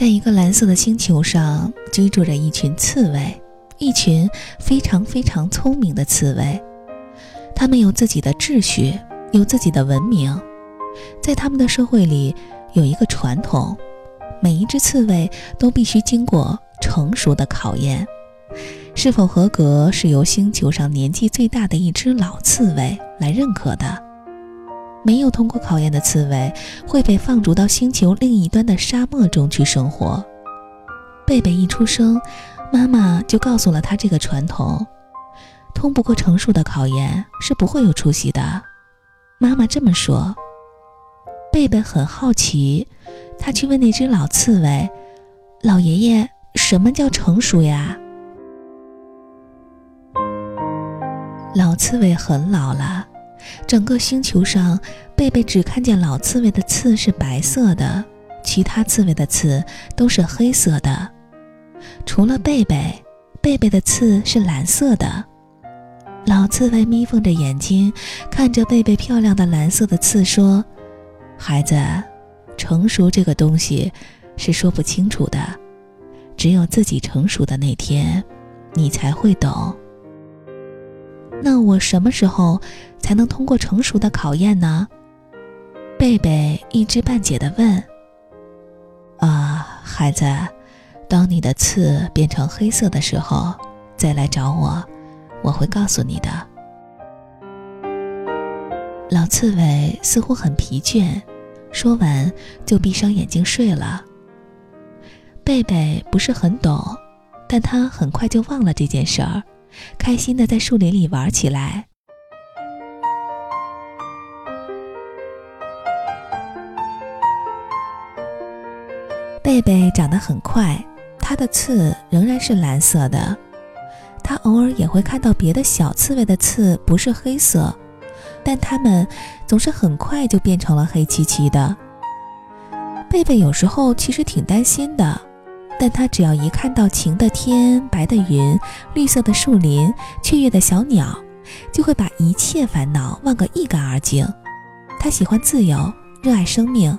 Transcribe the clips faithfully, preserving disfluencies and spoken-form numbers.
在一个蓝色的星球上居住着一群刺猬，一群非常非常聪明的刺猬。他们有自己的秩序，有自己的文明。在他们的社会里有一个传统，每一只刺猬都必须经过成熟的考验，是否合格是由星球上年纪最大的一只老刺猬来认可的。没有通过考验的刺猬会被放逐到星球另一端的沙漠中去生活。贝贝一出生，妈妈就告诉了他这个传统，通不过成熟的考验是不会有出息的。妈妈这么说。贝贝很好奇，他去问那只老刺猬，老爷爷，什么叫成熟呀？老刺猬很老了，整个星球上贝贝只看见老刺猬的刺是白色的，其他刺猬的刺都是黑色的，除了贝贝，贝贝的刺是蓝色的。老刺猬眯缝着眼睛看着贝贝漂亮的蓝色的刺说，孩子，成熟这个东西是说不清楚的，只有自己成熟的那天你才会懂。那我什么时候才能通过成熟的考验呢？贝贝一知半解地问。啊，孩子，当你的刺变成黑色的时候再来找我，我会告诉你的。老刺猬似乎很疲倦，说完就闭上眼睛睡了。贝贝不是很懂，但他很快就忘了这件事儿，开心地在树林里玩起来。贝贝长得很快，他的刺仍然是蓝色的。他偶尔也会看到别的小刺猬的刺不是黑色，但它们总是很快就变成了黑漆漆的。贝贝有时候其实挺担心的，但他只要一看到晴的天、白的云、绿色的树林、雀跃的小鸟，就会把一切烦恼忘个一干二净。他喜欢自由，热爱生命。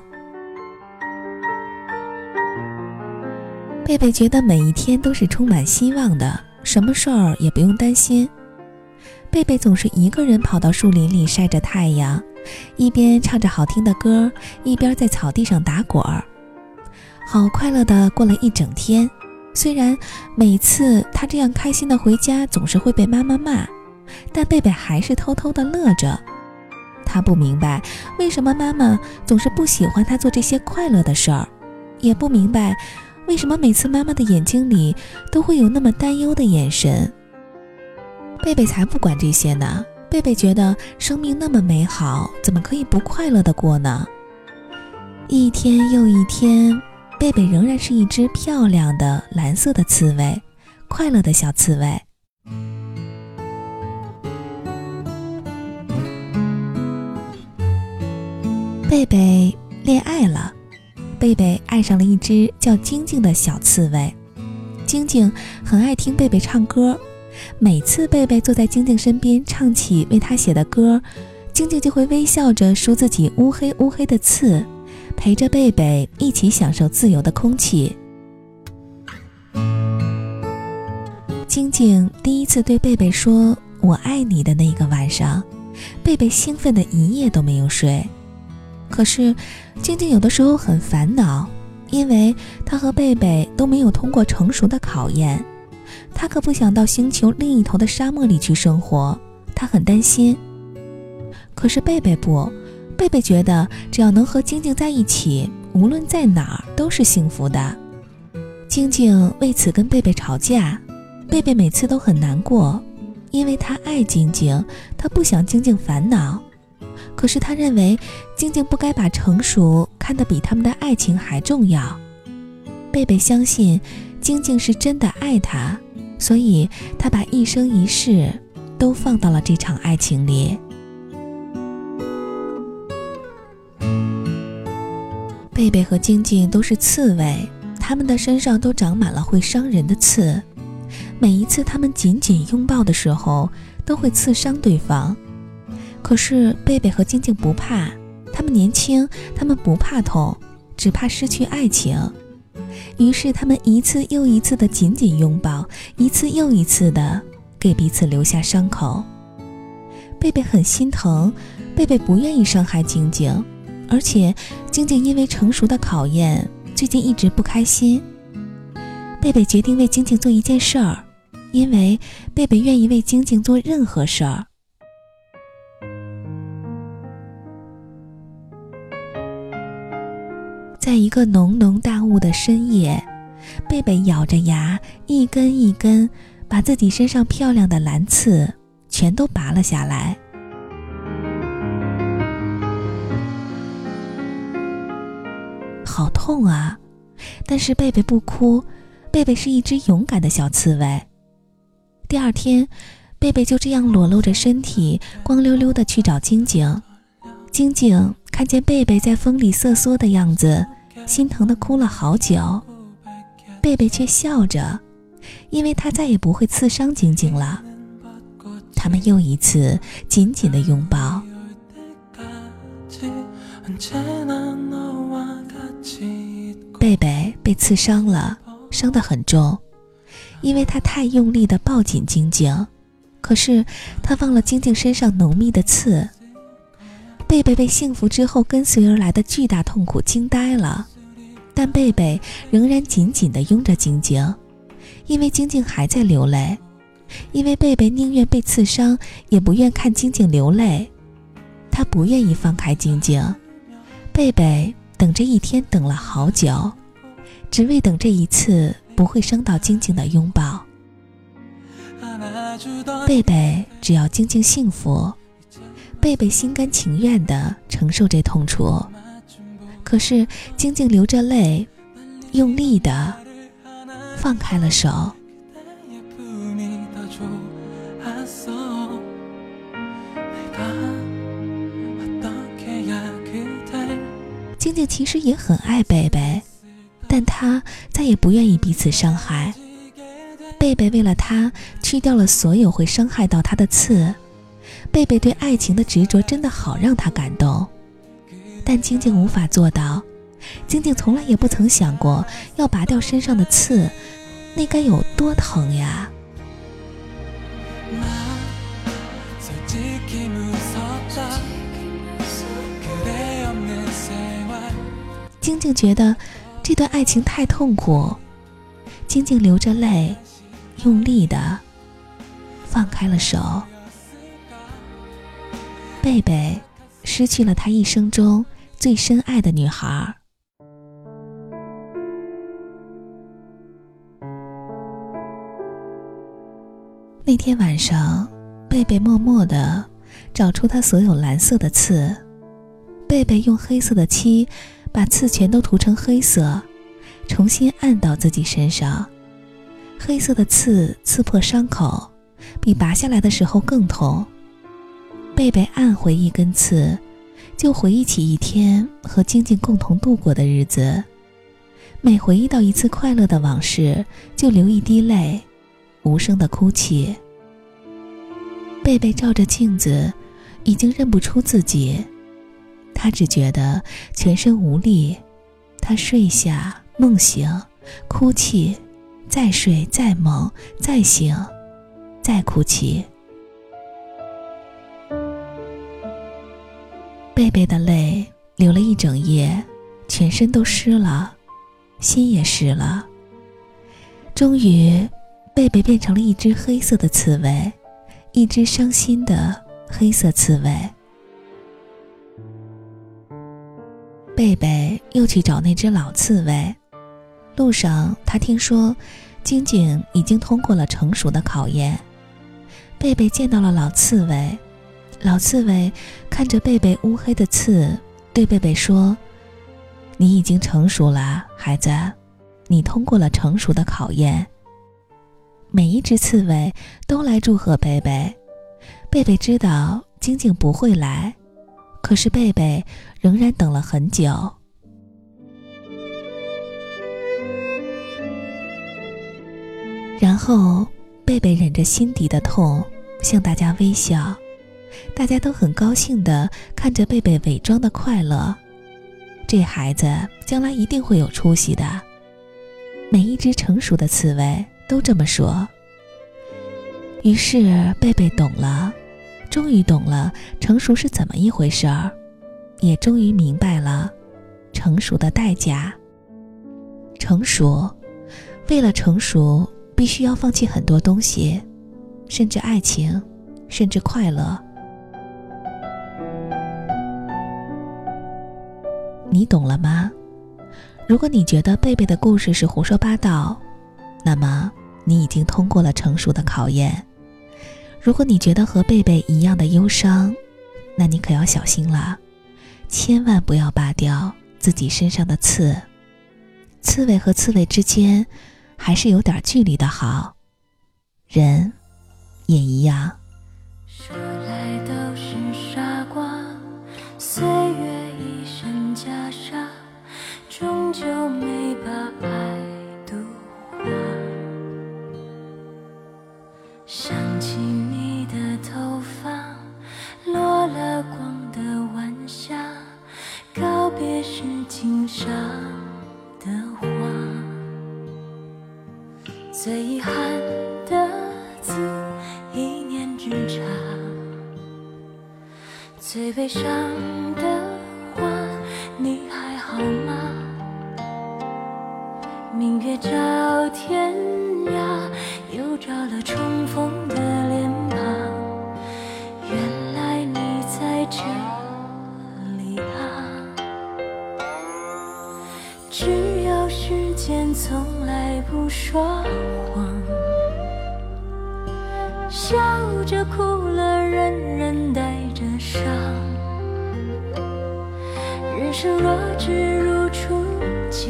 贝贝觉得每一天都是充满希望的，什么事儿也不用担心。贝贝总是一个人跑到树林里晒着太阳，一边唱着好听的歌，一边在草地上打滚儿。好快乐地过了一整天，虽然每次他这样开心地回家总是会被妈妈骂，但贝贝还是偷偷地乐着。他不明白为什么妈妈总是不喜欢他做这些快乐的事儿，也不明白为什么每次妈妈的眼睛里都会有那么担忧的眼神。贝贝才不管这些呢，贝贝觉得生命那么美好，怎么可以不快乐地过呢？一天又一天，贝贝仍然是一只漂亮的蓝色的刺猬，快乐的小刺猬。贝贝恋爱了，贝贝爱上了一只叫晶晶的小刺猬。晶晶很爱听贝贝唱歌，每次贝贝坐在晶晶身边唱起为她写的歌，晶晶就会微笑着梳自己乌黑乌黑的刺，陪着贝贝一起享受自由的空气。晶晶第一次对贝贝说我爱你的那个晚上，贝贝兴奋的一夜都没有睡。可是晶晶有的时候很烦恼，因为她和贝贝都没有通过成熟的考验。她可不想到星球另一头的沙漠里去生活，她很担心。可是贝贝不，贝贝觉得只要能和晶晶在一起，无论在哪儿都是幸福的。晶晶为此跟贝贝吵架，贝贝每次都很难过，因为他爱晶晶，他不想晶晶烦恼。可是他认为晶晶不该把成熟看得比他们的爱情还重要。贝贝相信晶晶是真的爱他，所以他把一生一世都放到了这场爱情里。贝贝和晶晶都是刺猬，他们的身上都长满了会伤人的刺，每一次他们紧紧拥抱的时候都会刺伤对方。可是贝贝和晶晶不怕，他们年轻，他们不怕痛，只怕失去爱情。 于是他们一次又一次的紧紧拥抱，一次又一次的给彼此留下伤口。贝贝很心疼，贝贝不愿意伤害晶晶，而且晶晶因为成熟的考验最近一直不开心。贝贝决定为晶晶做一件事儿，因为贝贝愿意为晶晶做任何事儿。在一个浓浓大雾的深夜，贝贝咬着牙一根一根把自己身上漂亮的蓝刺全都拔了下来。好痛啊！但是贝贝不哭，贝贝是一只勇敢的小刺猬。第二天，贝贝就这样裸露着身体，光溜溜地去找晶晶。晶晶看见贝贝在风里瑟缩的样子，心疼地哭了好久。贝贝却笑着，因为他再也不会刺伤晶晶了。他们又一次紧紧地拥抱。贝贝被刺伤了，伤得很重，因为他太用力地抱紧晶晶，可是他忘了晶晶身上浓密的刺。贝贝被幸福之后跟随而来的巨大痛苦惊呆了，但贝贝仍然紧紧地拥着晶晶，因为晶晶还在流泪，因为贝贝宁愿被刺伤，也不愿看晶晶流泪。他不愿意放开晶晶。贝贝等这一天等了好久，只为等这一次不会伤到晶晶的拥抱。贝贝只要晶晶幸福，贝贝心甘情愿地承受这痛楚。可是晶晶流着泪，用力地放开了手。晶晶其实也很爱贝贝，但她再也不愿意彼此伤害。贝贝为了她去掉了所有会伤害到她的刺。贝贝对爱情的执着真的好让她感动，但晶晶无法做到。晶晶从来也不曾想过要拔掉身上的刺，那该有多疼呀！晶晶觉得这段爱情太痛苦，晶晶流着泪，用力地放开了手。贝贝失去了她一生中最深爱的女孩。那天晚上，贝贝默默地找出她所有蓝色的刺。贝贝用黑色的漆把刺全都涂成黑色，重新按到自己身上。黑色的刺刺破伤口，比拔下来的时候更痛。贝贝按回一根刺，就回忆起一天和晶晶共同度过的日子。每回忆到一次快乐的往事，就流一滴泪，无声的哭泣。贝贝照着镜子，已经认不出自己。他只觉得全身无力，他睡下梦醒，哭泣，再睡再梦，再醒，再哭泣。贝贝的泪流了一整夜，全身都湿了，心也湿了。终于，贝贝变成了一只黑色的刺猬，一只伤心的黑色刺猬。贝贝又去找那只老刺猬，路上他听说晶晶已经通过了成熟的考验。贝贝见到了老刺猬，老刺猬看着贝贝乌黑的刺，对贝贝说：“你已经成熟了，孩子，你通过了成熟的考验。”每一只刺猬都来祝贺贝贝。贝贝知道晶晶不会来，可是贝贝仍然等了很久。然后贝贝忍着心底的痛向大家微笑，大家都很高兴地看着贝贝伪装的快乐。这孩子将来一定会有出息的。 每一只成熟的刺猬都这么说。于是贝贝懂了，终于懂了成熟是怎么一回事儿，也终于明白了成熟的代价。成熟，为了成熟必须要放弃很多东西，甚至爱情，甚至快乐。你懂了吗？如果你觉得贝贝的故事是胡说八道，那么你已经通过了成熟的考验。如果你觉得和贝贝一样的忧伤，那你可要小心了，千万不要拔掉自己身上的刺。刺猬和刺猬之间还是有点距离的好，人也一样。 说来都是傻瓜，岁月一身袈裟，终究没把爱度化。想起你的头发落了光的晚霞，告别是经沙的花。最遗憾的字，一念之差。最悲伤的话，你还好吗？明月照天涯，又照了重逢的脸庞。原来你在这里啊，只有时间从来不说谎，笑着哭了，人人带着伤。人生若只如初见，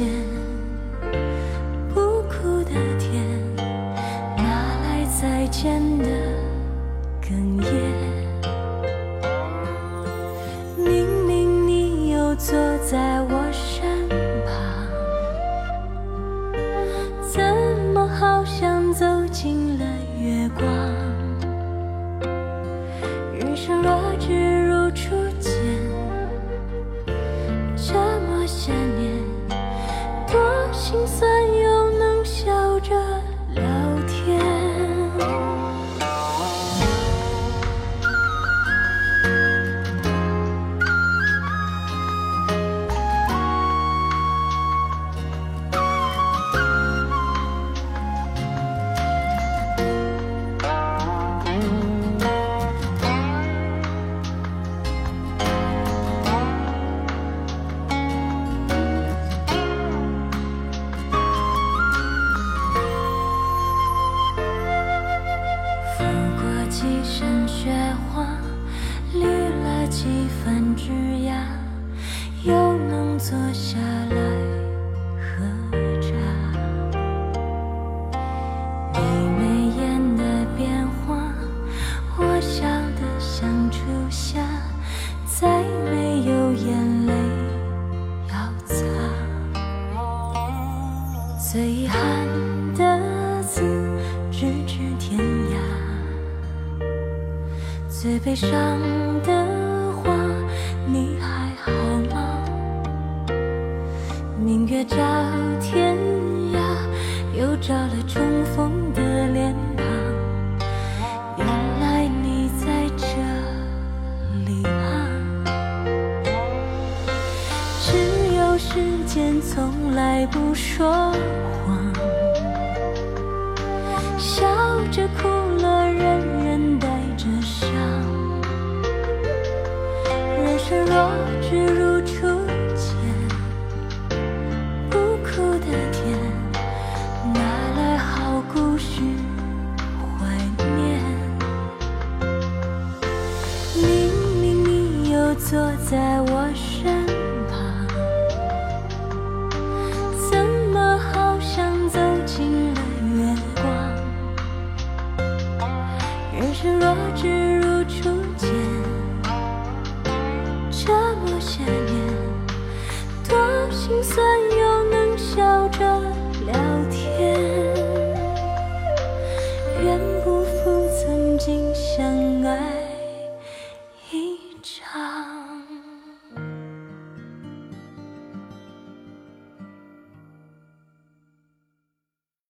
不哭的甜，哪来再见的哽咽？明明你又坐在我身旁，怎么好像走进了月光？人生若只如初见，这么些年，多心酸又能笑着聊天。几身雪花，绿了几分枝桠，又能坐下来喝茶。你眉眼的变化，我笑得像初夏，再没有眼泪要擦。最遗憾的字，咫尺天涯。最悲伤的话，你还好吗？明月照天涯，又照了重逢的脸庞。原来你在这里啊，只有时间从来不说谎，笑着哭了，人人带着伤。人生若只如初见，不哭的甜，哪来好故事怀念？明明你又坐在我身旁，怎么好像走进了月光？人生若只如初见，这么些年，多心酸